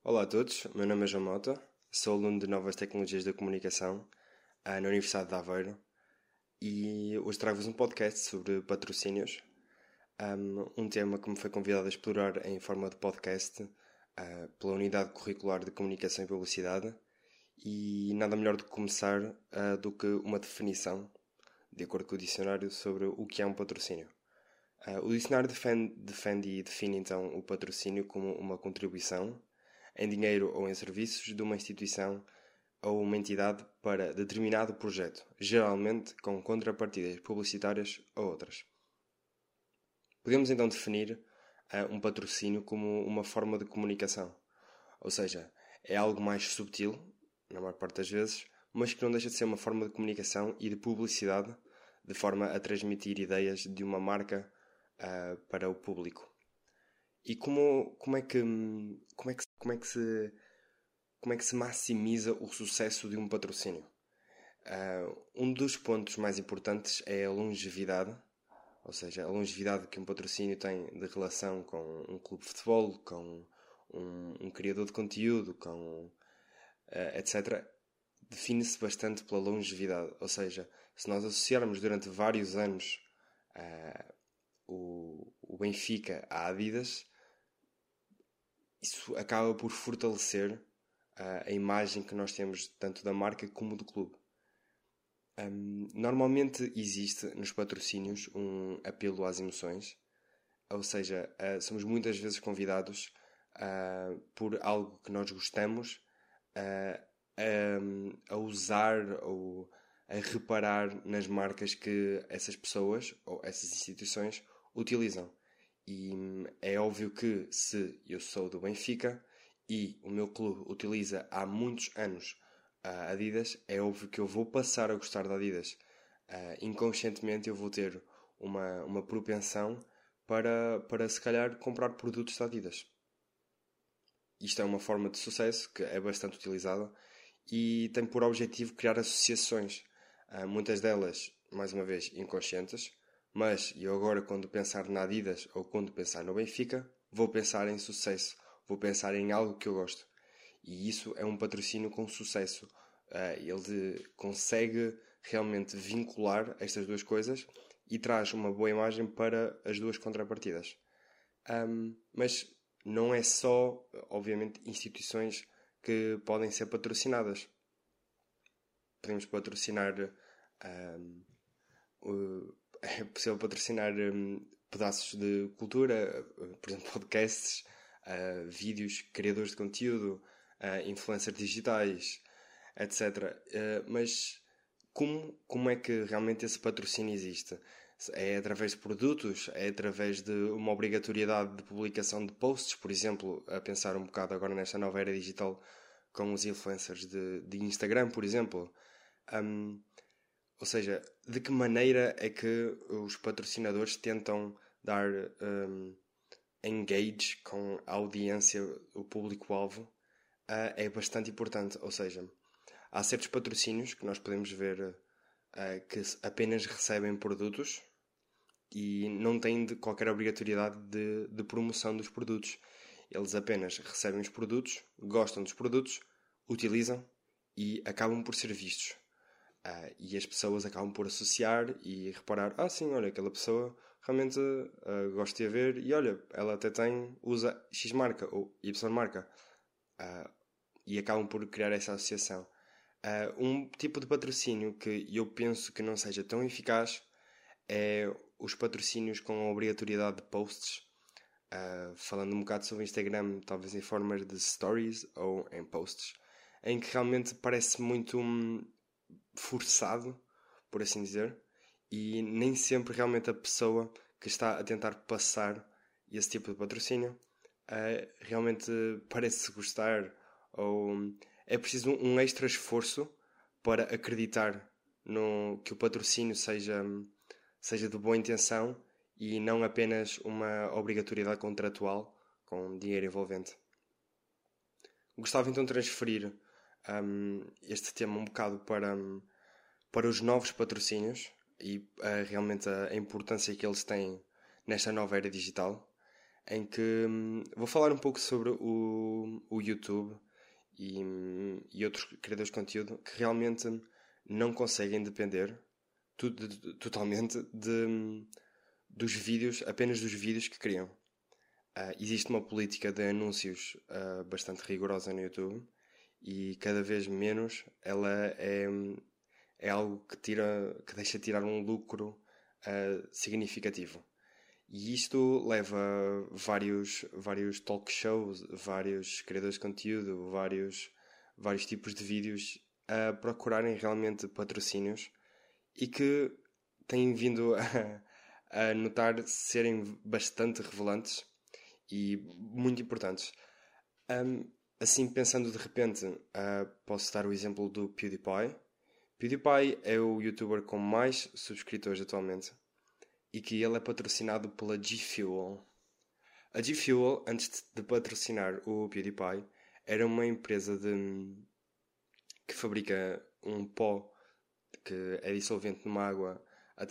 Olá a todos, meu nome é João Mota, sou aluno de Novas Tecnologias da Comunicação na Universidade de Aveiro e hoje trago-vos um podcast sobre patrocínios, um tema que me foi convidado a explorar em forma de podcast pela Unidade Curricular de Comunicação e Publicidade e nada melhor do que começar do que uma definição, de acordo com o dicionário, sobre o que é um patrocínio. O dicionário defende e define então o patrocínio como uma contribuição em dinheiro ou em serviços de uma instituição ou uma entidade para determinado projeto, geralmente com contrapartidas publicitárias ou outras. Podemos então definir um patrocínio como uma forma de comunicação, ou seja, é algo mais subtil, na maior parte das vezes, mas que não deixa de ser uma forma de comunicação e de publicidade, de forma a transmitir ideias de uma marca para o público. E como é que se maximiza o sucesso de um patrocínio? Um dos pontos mais importantes é a longevidade, ou seja, a longevidade que um patrocínio tem de relação com um clube de futebol, com um criador de conteúdo, com etc. Define-se bastante pela longevidade, ou seja, se nós associarmos durante vários anos o Benfica à Adidas, isso acaba por fortalecer a imagem que nós temos tanto da marca como do clube. Normalmente existe nos patrocínios um apelo às emoções, ou seja, somos muitas vezes convidados por algo que nós gostamos a usar ou a reparar nas marcas que essas pessoas ou essas instituições utilizam. E é óbvio que se eu sou do Benfica e o meu clube utiliza há muitos anos a Adidas, é óbvio que eu vou passar a gostar da Adidas. Inconscientemente eu vou ter uma propensão para se calhar comprar produtos da Adidas. Isto é uma forma de sucesso que é bastante utilizada e tem por objetivo criar associações, muitas delas, mais uma vez, inconscientes, mas eu agora, quando pensar na Adidas ou quando pensar no Benfica, vou pensar em sucesso, vou pensar em algo que eu gosto. E isso é um patrocínio com sucesso. Ele consegue realmente vincular estas duas coisas e traz uma boa imagem para as duas contrapartidas. Mas não é só, obviamente, instituições que podem ser patrocinadas. Podemos patrocinar é possível patrocinar pedaços de cultura, por exemplo, podcasts, vídeos, criadores de conteúdo, influencers digitais, etc. Mas como é que realmente esse patrocínio existe? É através de produtos? É através de uma obrigatoriedade de publicação de posts, por exemplo, a pensar um bocado agora nesta nova era digital com os influencers de Instagram, por exemplo? Ou seja, de que maneira é que os patrocinadores tentam dar engage com a audiência, o público-alvo, é bastante importante. Ou seja, há certos patrocínios que nós podemos ver que apenas recebem produtos e não têm qualquer obrigatoriedade de promoção dos produtos. Eles apenas recebem os produtos, gostam dos produtos, utilizam e acabam por ser vistos. E as pessoas acabam por associar e reparar, sim, olha, aquela pessoa realmente gosto de a ver e olha, ela até usa X marca ou Y marca. E acabam por criar essa associação. Um tipo de patrocínio que eu penso que não seja tão eficaz é os patrocínios com a obrigatoriedade de posts. Falando um bocado sobre o Instagram, talvez em formas de stories ou em posts, em que realmente parece muito forçado, por assim dizer, e nem sempre realmente a pessoa que está a tentar passar esse tipo de patrocínio realmente parece gostar, ou é preciso um extra esforço para acreditar que o patrocínio seja de boa intenção e não apenas uma obrigatoriedade contratual com dinheiro envolvente. Gostava então de transferir este tema um bocado para os novos patrocínios e realmente a importância que eles têm nesta nova era digital. em que vou falar um pouco sobre o YouTube e outros criadores de conteúdo que realmente não conseguem depender totalmente dos vídeos, apenas dos vídeos que criam. Existe uma política de anúncios bastante rigorosa no YouTube e cada vez menos ela é algo que deixa tirar um lucro significativo. E isto leva vários talk shows, vários criadores de conteúdo, vários tipos de vídeos a procurarem realmente patrocínios e que têm vindo a notar serem bastante revelantes e muito importantes. Assim, pensando de repente, posso dar o exemplo do PewDiePie. PewDiePie é o youtuber com mais subscritores atualmente e que ele é patrocinado pela G Fuel. A G Fuel, antes de patrocinar o PewDiePie, era uma empresa que fabrica um pó que é dissolvente numa água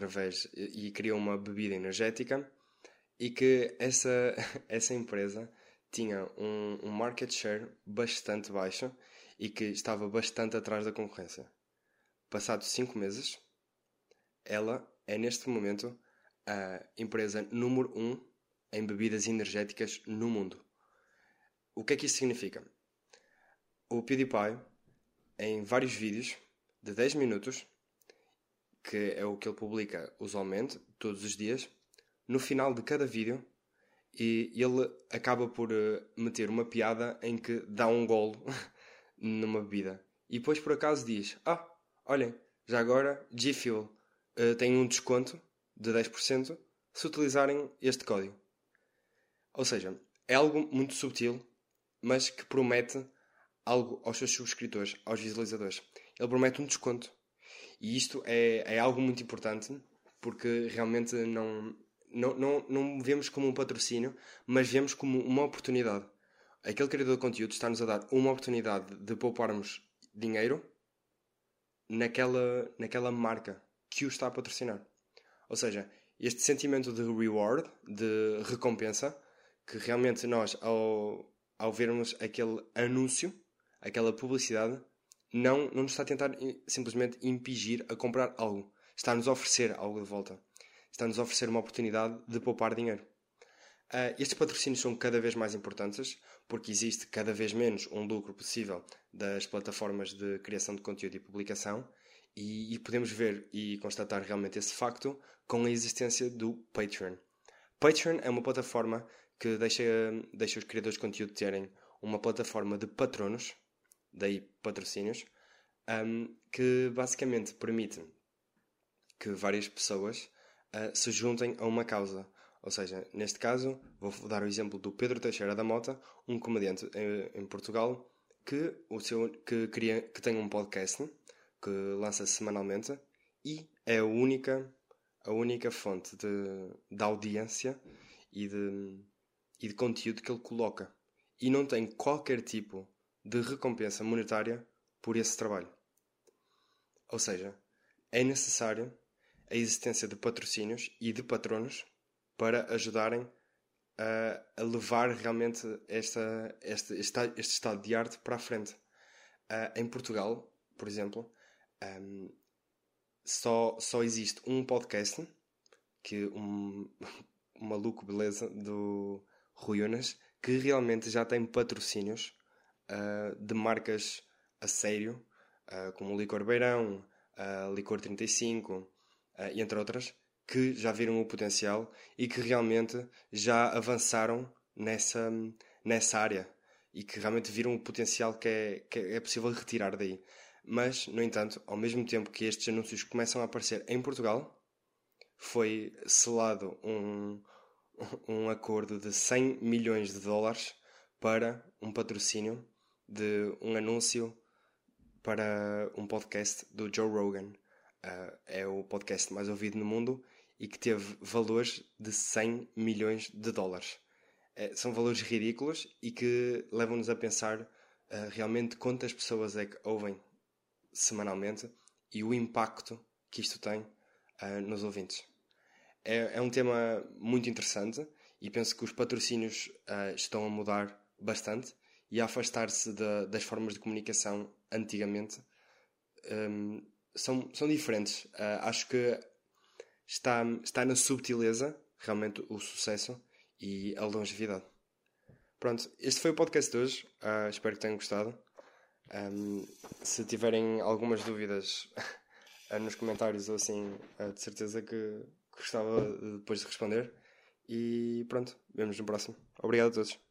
e cria uma bebida energética, e que essa empresa tinha um market share bastante baixo e que estava bastante atrás da concorrência. Passados 5 meses, ela é neste momento a empresa número 1 em bebidas energéticas no mundo. O que é que isto significa? O PewDiePie, em vários vídeos de 10 minutos, que é o que ele publica usualmente, todos os dias, no final de cada vídeo, e ele acaba por meter uma piada em que dá um golo numa bebida. E depois por acaso diz: olhem, já agora G Fuel tem um desconto de 10% se utilizarem este código. Ou seja, é algo muito subtil, mas que promete algo aos seus subscritores, aos visualizadores. Ele promete um desconto. E isto é algo muito importante, porque realmente não vemos como um patrocínio, mas vemos como uma oportunidade. Aquele criador de conteúdo está-nos a dar uma oportunidade de pouparmos dinheiro naquela marca que o está a patrocinar. Ou seja, este sentimento de reward, de recompensa, que realmente nós, ao vermos aquele anúncio, aquela publicidade, não nos está a tentar simplesmente impingir a comprar algo. Está-nos a oferecer algo de volta. Está-nos a oferecer uma oportunidade de poupar dinheiro. Estes patrocínios são cada vez mais importantes porque existe cada vez menos um lucro possível das plataformas de criação de conteúdo e publicação, e podemos ver e constatar realmente esse facto com a existência do Patreon. Patreon é uma plataforma que deixa os criadores de conteúdo terem uma plataforma de patronos, daí patrocínios, que basicamente permite que várias pessoas se juntem a uma causa. Ou seja, neste caso, vou dar o exemplo do Pedro Teixeira da Mota, um comediante em Portugal que tem um podcast que lança semanalmente e é a única fonte de audiência e de conteúdo que ele coloca. E não tem qualquer tipo de recompensa monetária por esse trabalho. Ou seja, é necessário a existência de patrocínios e de patronos para ajudarem a levar realmente este estado de arte para a frente. Em Portugal, por exemplo, só existe um podcast que um maluco beleza do Rui Unas, que realmente já tem patrocínios de marcas a sério, como o Licor Beirão, Licor 35, e entre outras, que já viram o potencial e que realmente já avançaram nessa área e que realmente viram o potencial que é possível retirar daí. Mas, no entanto, ao mesmo tempo que estes anúncios começam a aparecer em Portugal, foi selado um acordo de 100 milhões de dólares para um patrocínio de um anúncio para um podcast do Joe Rogan. É o podcast mais ouvido no mundo e que teve valores de 100 milhões de dólares. São valores ridículos e que levam-nos a pensar realmente quantas pessoas é que ouvem semanalmente e o impacto que isto tem nos ouvintes. É um tema muito interessante e penso que os patrocínios estão a mudar bastante e a afastar-se das formas de comunicação antigamente. São diferentes. Acho que está na subtileza realmente o sucesso e a longevidade. Pronto, este foi o podcast de hoje. Espero que tenham gostado. Se tiverem algumas dúvidas nos comentários ou assim, de certeza que gostava depois de responder. E pronto, vemos no próximo. Obrigado a todos.